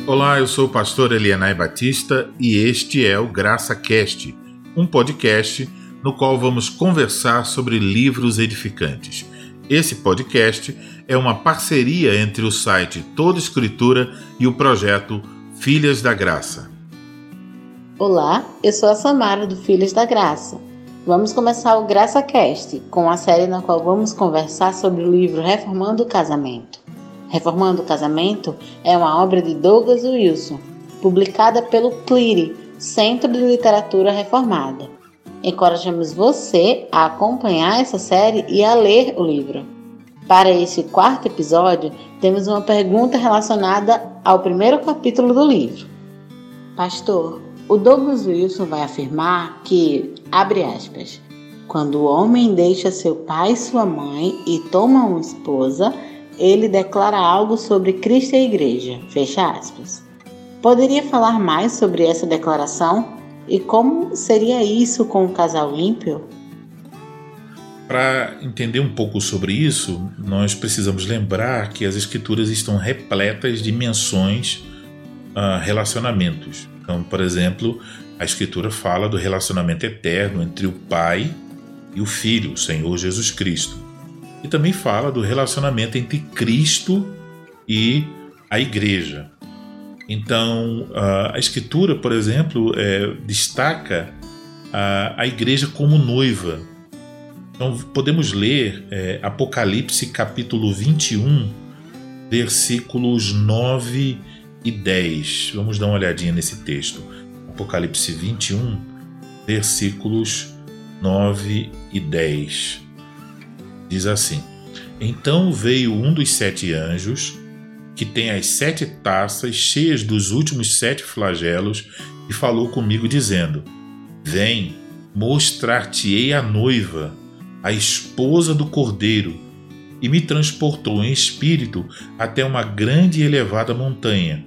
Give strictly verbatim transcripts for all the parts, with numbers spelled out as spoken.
Olá, eu sou o pastor Elianai Batista e este é o GraçaCast, um podcast no qual vamos conversar sobre livros edificantes. Esse podcast é uma parceria entre o site Toda Escritura e o projeto Filhas da Graça. Olá, eu sou a Samara do Filhas da Graça. Vamos começar o GraçaCast, com a série na qual vamos conversar sobre o livro Reformando o Casamento. Reformando o Casamento é uma obra de Douglas Wilson, publicada pelo C L I R I, Centro de Literatura Reformada. Encorajamos você a acompanhar essa série e a ler o livro. Para este quarto episódio, temos uma pergunta relacionada ao primeiro capítulo do livro. Pastor, o Douglas Wilson vai afirmar que, abre aspas, quando o homem deixa seu pai e sua mãe e toma uma esposa, ele declara algo sobre Cristo e a Igreja, fecha aspas. Poderia falar mais sobre essa declaração? E como seria isso com um casal ímpio? Para entender um pouco sobre isso, nós precisamos lembrar que as Escrituras estão repletas de menções a relacionamentos. Então, por exemplo, a Escritura fala do relacionamento eterno entre o Pai e o Filho, o Senhor Jesus Cristo. E também fala do relacionamento entre Cristo e a Igreja. Então, a Escritura, por exemplo, é, destaca a, a Igreja como noiva. Então, podemos ler é, Apocalipse capítulo vinte e um, versículos nove e dez. Vamos dar uma olhadinha nesse texto. Apocalipse vinte e um, versículos nove e dez. Diz assim: Então veio um dos sete anjos, que tem as sete taças cheias dos últimos sete flagelos, e falou comigo, dizendo: Vem, mostrar-te-ei a noiva, a esposa do Cordeiro. E me transportou em espírito até uma grande e elevada montanha,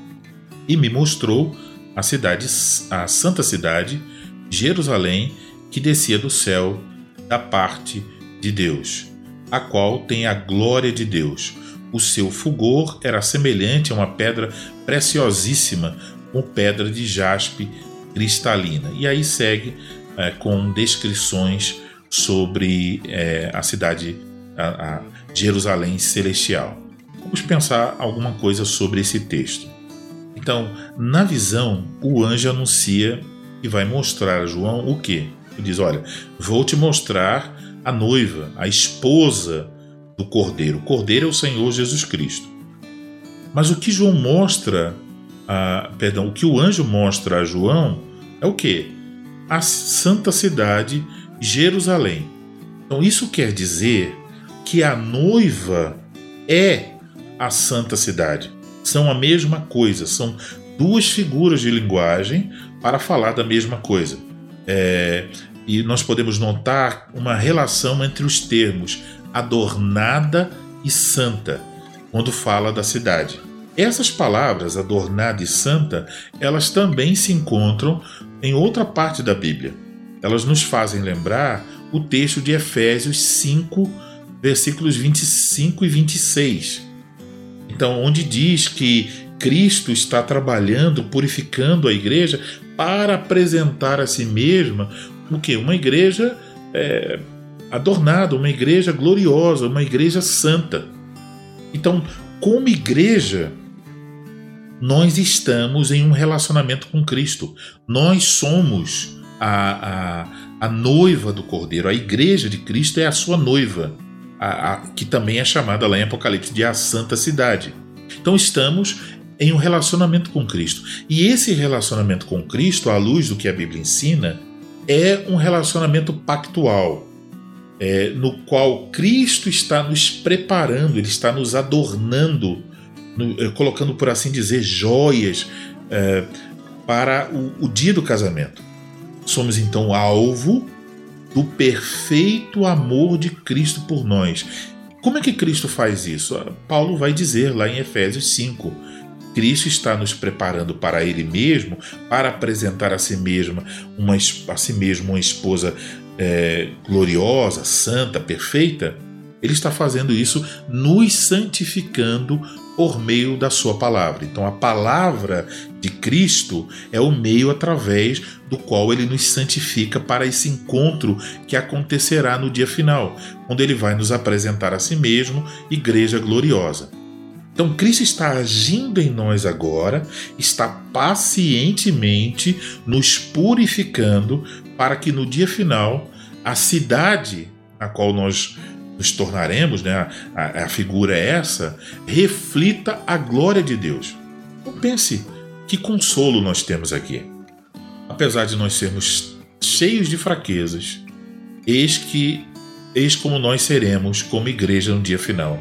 e me mostrou a cidade, a santa cidade, Jerusalém, que descia do céu da parte de Deus, a qual tem a glória de Deus. O seu fulgor era semelhante a uma pedra preciosíssima, com pedra de jaspe cristalina. E aí segue é, com descrições sobre é, a cidade, a, a Jerusalém celestial. Vamos pensar alguma coisa sobre esse texto. Então, na visão, o anjo anuncia e vai mostrar a João o quê? Ele diz: olha, vou te mostrar a noiva, a esposa do Cordeiro. O Cordeiro é o Senhor Jesus Cristo. Mas o que João mostra, a, perdão, o que o anjo mostra a João é o quê? A santa cidade Jerusalém. Então isso quer dizer que a noiva é a santa cidade. São a mesma coisa, são duas figuras de linguagem para falar da mesma coisa. É... E nós podemos notar uma relação entre os termos adornada e santa, quando fala da cidade. Essas palavras, adornada e santa, elas também se encontram em outra parte da Bíblia. Elas nos fazem lembrar o texto de Efésios cinco, versículos vinte e cinco e vinte e seis. Então, onde diz que Cristo está trabalhando, purificando a igreja para apresentar a si mesma o quê? Uma igreja é, adornada, uma igreja gloriosa, uma igreja santa. Então, como igreja, nós estamos em um relacionamento com Cristo. Nós somos a, a, a noiva do Cordeiro. A igreja de Cristo é a sua noiva, a, a, que também é chamada lá em Apocalipse de a Santa Cidade. Então, estamos em um relacionamento com Cristo. E esse relacionamento com Cristo, à luz do que a Bíblia ensina, é um relacionamento pactual, é, no qual Cristo está nos preparando, Ele está nos adornando, no, colocando, por assim dizer, joias é, para o, o dia do casamento. Somos então alvo do perfeito amor de Cristo por nós. Como é que Cristo faz isso? Paulo vai dizer lá em Efésios cinco, Cristo está nos preparando para Ele mesmo, para apresentar a si mesmo uma, a si mesmo uma esposa é, gloriosa, santa, perfeita. Ele está fazendo isso nos santificando por meio da sua palavra. Então a palavra de Cristo é o meio através do qual ele nos santifica para esse encontro que acontecerá no dia final, quando ele vai nos apresentar a si mesmo, igreja gloriosa. Então Cristo está agindo em nós agora, está pacientemente nos purificando para que no dia final a cidade a qual nós nos tornaremos, né, a, a figura é essa, reflita a glória de Deus. Então pense que consolo nós temos aqui. Apesar de nós sermos cheios de fraquezas, eis que eis como nós seremos como igreja no dia final.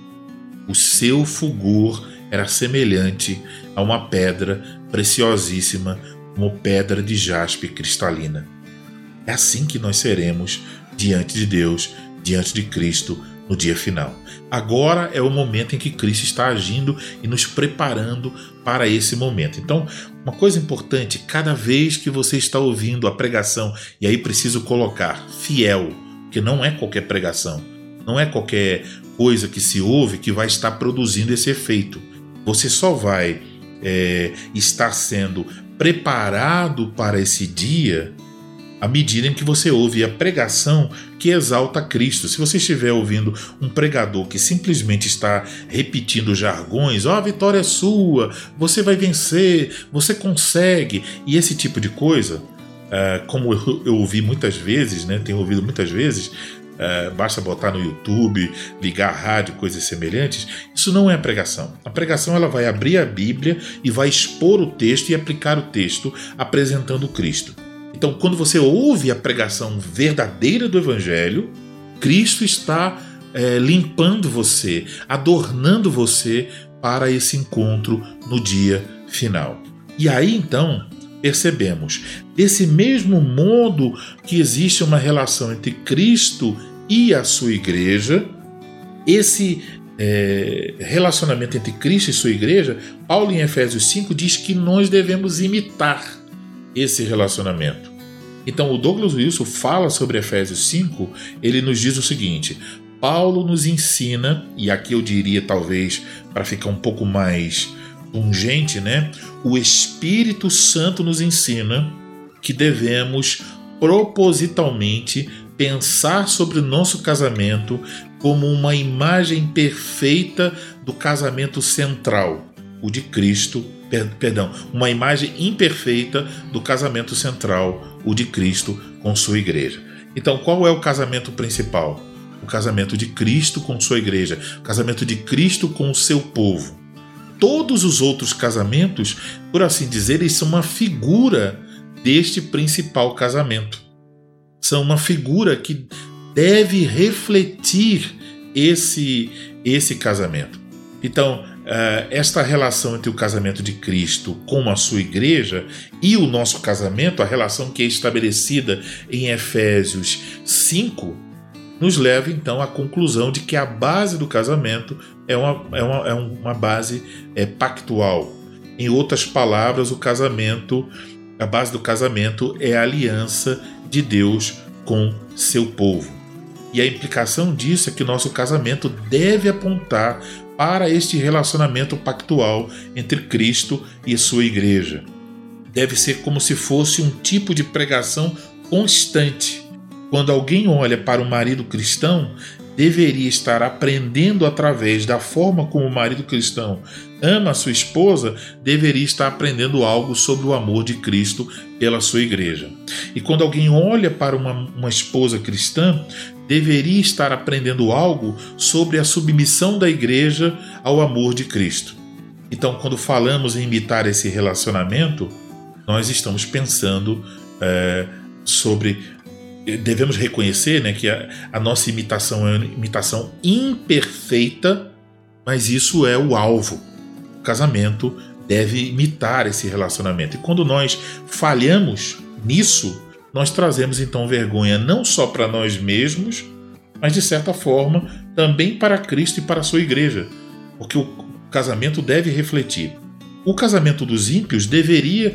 O seu fulgor era semelhante a uma pedra preciosíssima, como pedra de jaspe cristalina. É assim que nós seremos diante de Deus, diante de Cristo, no dia final. Agora é o momento em que Cristo está agindo e nos preparando para esse momento. Então, uma coisa importante, cada vez que você está ouvindo a pregação, e aí preciso colocar fiel, que não é qualquer pregação, não é qualquer coisa que se ouve que vai estar produzindo esse efeito. Você só vai é, estar sendo preparado para esse dia à medida em que você ouve a pregação que exalta Cristo. Se você estiver ouvindo um pregador que simplesmente está repetindo jargões, ó, oh, a vitória é sua, você vai vencer, você consegue, e esse tipo de coisa, uh, como eu, eu ouvi muitas vezes, né, tenho ouvido muitas vezes, uh, basta botar no YouTube, ligar a rádio, coisas semelhantes, isso não é pregação. A pregação ela vai abrir a Bíblia e vai expor o texto e aplicar o texto apresentando Cristo. Então, quando você ouve a pregação verdadeira do Evangelho, Cristo está é, limpando você, adornando você para esse encontro no dia final. E aí, então, percebemos, desse mesmo modo que existe uma relação entre Cristo e a sua igreja, esse é, relacionamento entre Cristo e sua igreja, Paulo em Efésios cinco diz que nós devemos imitar esse relacionamento. Então o Douglas Wilson fala sobre Efésios cinco, ele nos diz o seguinte: Paulo nos ensina, e aqui eu diria talvez para ficar um pouco mais pungente, né? O Espírito Santo nos ensina que devemos propositalmente pensar sobre o nosso casamento como uma imagem perfeita do casamento central, o de Cristo, perdão, uma imagem imperfeita do casamento central, o de Cristo com sua igreja. Então, qual é o casamento principal? O casamento de Cristo com sua igreja, o casamento de Cristo com o seu povo. Todos os outros casamentos, por assim dizer, eles são uma figura deste principal casamento. São uma figura que deve refletir esse, esse casamento. Então, esta relação entre o casamento de Cristo com a sua igreja e o nosso casamento, a relação que é estabelecida em Efésios cinco, nos leva então à conclusão de que a base do casamento é uma, é uma, é uma base é, pactual. Em outras palavras, o casamento, a base do casamento é a aliança de Deus com seu povo. E a implicação disso é que nosso casamento deve apontar para este relacionamento pactual entre Cristo e sua igreja. Deve ser como se fosse um tipo de pregação constante. Quando alguém olha para o marido cristão, deveria estar aprendendo através da forma como o marido cristão ama a sua esposa, deveria estar aprendendo algo sobre o amor de Cristo pela sua igreja. E quando alguém olha para uma, uma esposa cristã, deveria estar aprendendo algo sobre a submissão da igreja ao amor de Cristo. Então, quando falamos em imitar esse relacionamento, nós estamos pensando é, sobre... Devemos reconhecer, né, que a, a nossa imitação é uma imitação imperfeita, mas isso é o alvo. O casamento deve imitar esse relacionamento. E quando nós falhamos nisso, nós trazemos então vergonha não só para nós mesmos, mas de certa forma também para Cristo e para a sua igreja, porque o casamento deve refletir. O casamento dos ímpios deveria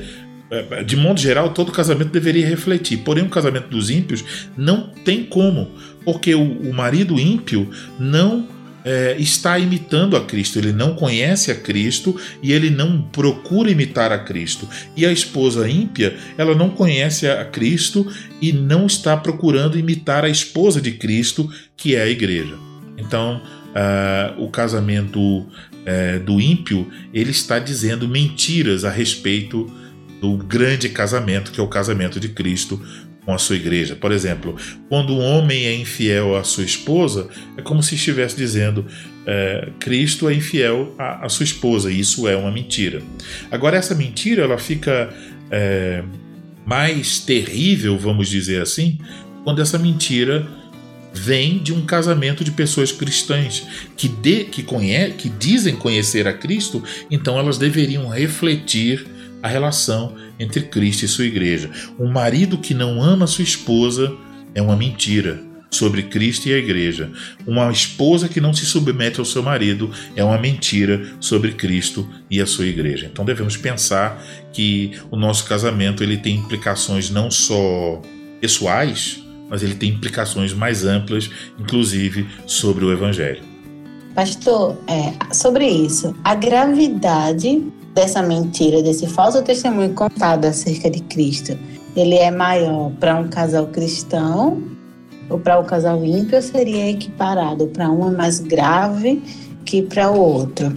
de modo geral, todo casamento deveria refletir. Porém, o casamento dos ímpios não tem como, porque o, o marido ímpio não é, está imitando a Cristo, ele não conhece a Cristo e ele não procura imitar a Cristo. E a esposa ímpia, ela não conhece a Cristo e não está procurando imitar a esposa de Cristo, que é a igreja. Então, uh, o casamento uh, do ímpio, ele está dizendo mentiras a respeito do grande casamento, que é o casamento de Cristo com a sua igreja. Por exemplo, quando um homem é infiel à sua esposa, é como se estivesse dizendo é, Cristo é infiel à, à sua esposa, e isso é uma mentira. Agora, essa mentira ela fica é, mais terrível, vamos dizer assim, quando essa mentira vem de um casamento de pessoas cristãs que, de, que, conhe, que dizem conhecer a Cristo, então elas deveriam refletir a relação entre Cristo e sua igreja. Um marido que não ama sua esposa é uma mentira sobre Cristo e a igreja. Uma esposa que não se submete ao seu marido é uma mentira sobre Cristo e a sua igreja. Então devemos pensar que o nosso casamento ele tem implicações não só pessoais, mas ele tem implicações mais amplas, inclusive sobre o Evangelho. Pastor, é, sobre isso, a gravidade dessa mentira, desse falso testemunho contado acerca de Cristo, ele é maior para um casal cristão ou para o um casal ímpio, ou seria equiparado? Para um é mais grave que para o outro?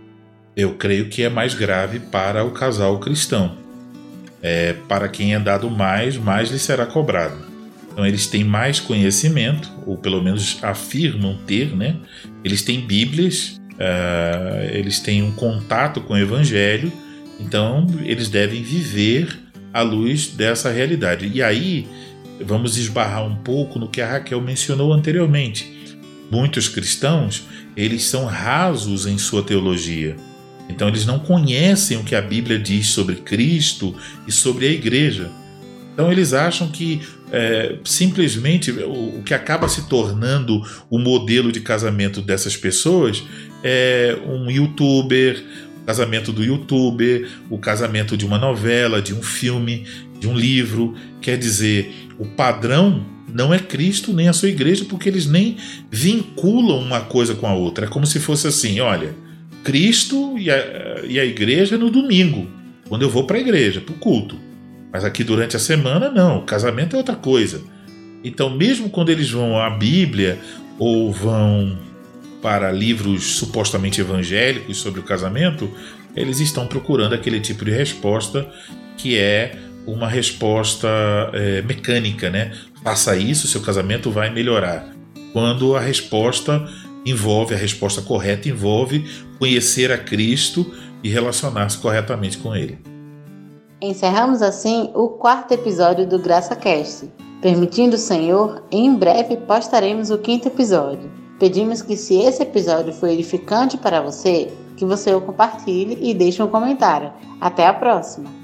Eu creio que é mais grave para o casal cristão. É, para quem é dado mais, mais lhe será cobrado. Então eles têm mais conhecimento, ou pelo menos afirmam ter, né? Eles têm Bíblias, uh, eles têm um contato com o Evangelho, então eles devem viver à luz dessa realidade. E aí vamos esbarrar um pouco no que a Raquel mencionou anteriormente. Muitos cristãos, eles são rasos em sua teologia. Então eles não conhecem o que a Bíblia diz sobre Cristo e sobre a igreja. Então eles acham que é, simplesmente o, o que acaba se tornando o modelo de casamento dessas pessoas é um youtuber, o casamento do youtuber, o casamento de uma novela, de um filme, de um livro. Quer dizer, o padrão não é Cristo nem a sua igreja, porque eles nem vinculam uma coisa com a outra. É como se fosse assim, olha, Cristo e a, e a igreja no domingo, quando eu vou para a igreja, para o culto. Mas aqui durante a semana, não. O casamento é outra coisa. Então, mesmo quando eles vão à Bíblia ou vão para livros supostamente evangélicos sobre o casamento, eles estão procurando aquele tipo de resposta que é uma resposta é, mecânica, né? Faça isso, seu casamento vai melhorar. Quando a resposta envolve, a resposta correta envolve conhecer a Cristo e relacionar-se corretamente com Ele. Encerramos assim o quarto episódio do GraçaCast. Permitindo o Senhor, em breve postaremos o quinto episódio. Pedimos que, se esse episódio foi edificante para você, que você o compartilhe e deixe um comentário. Até a próxima!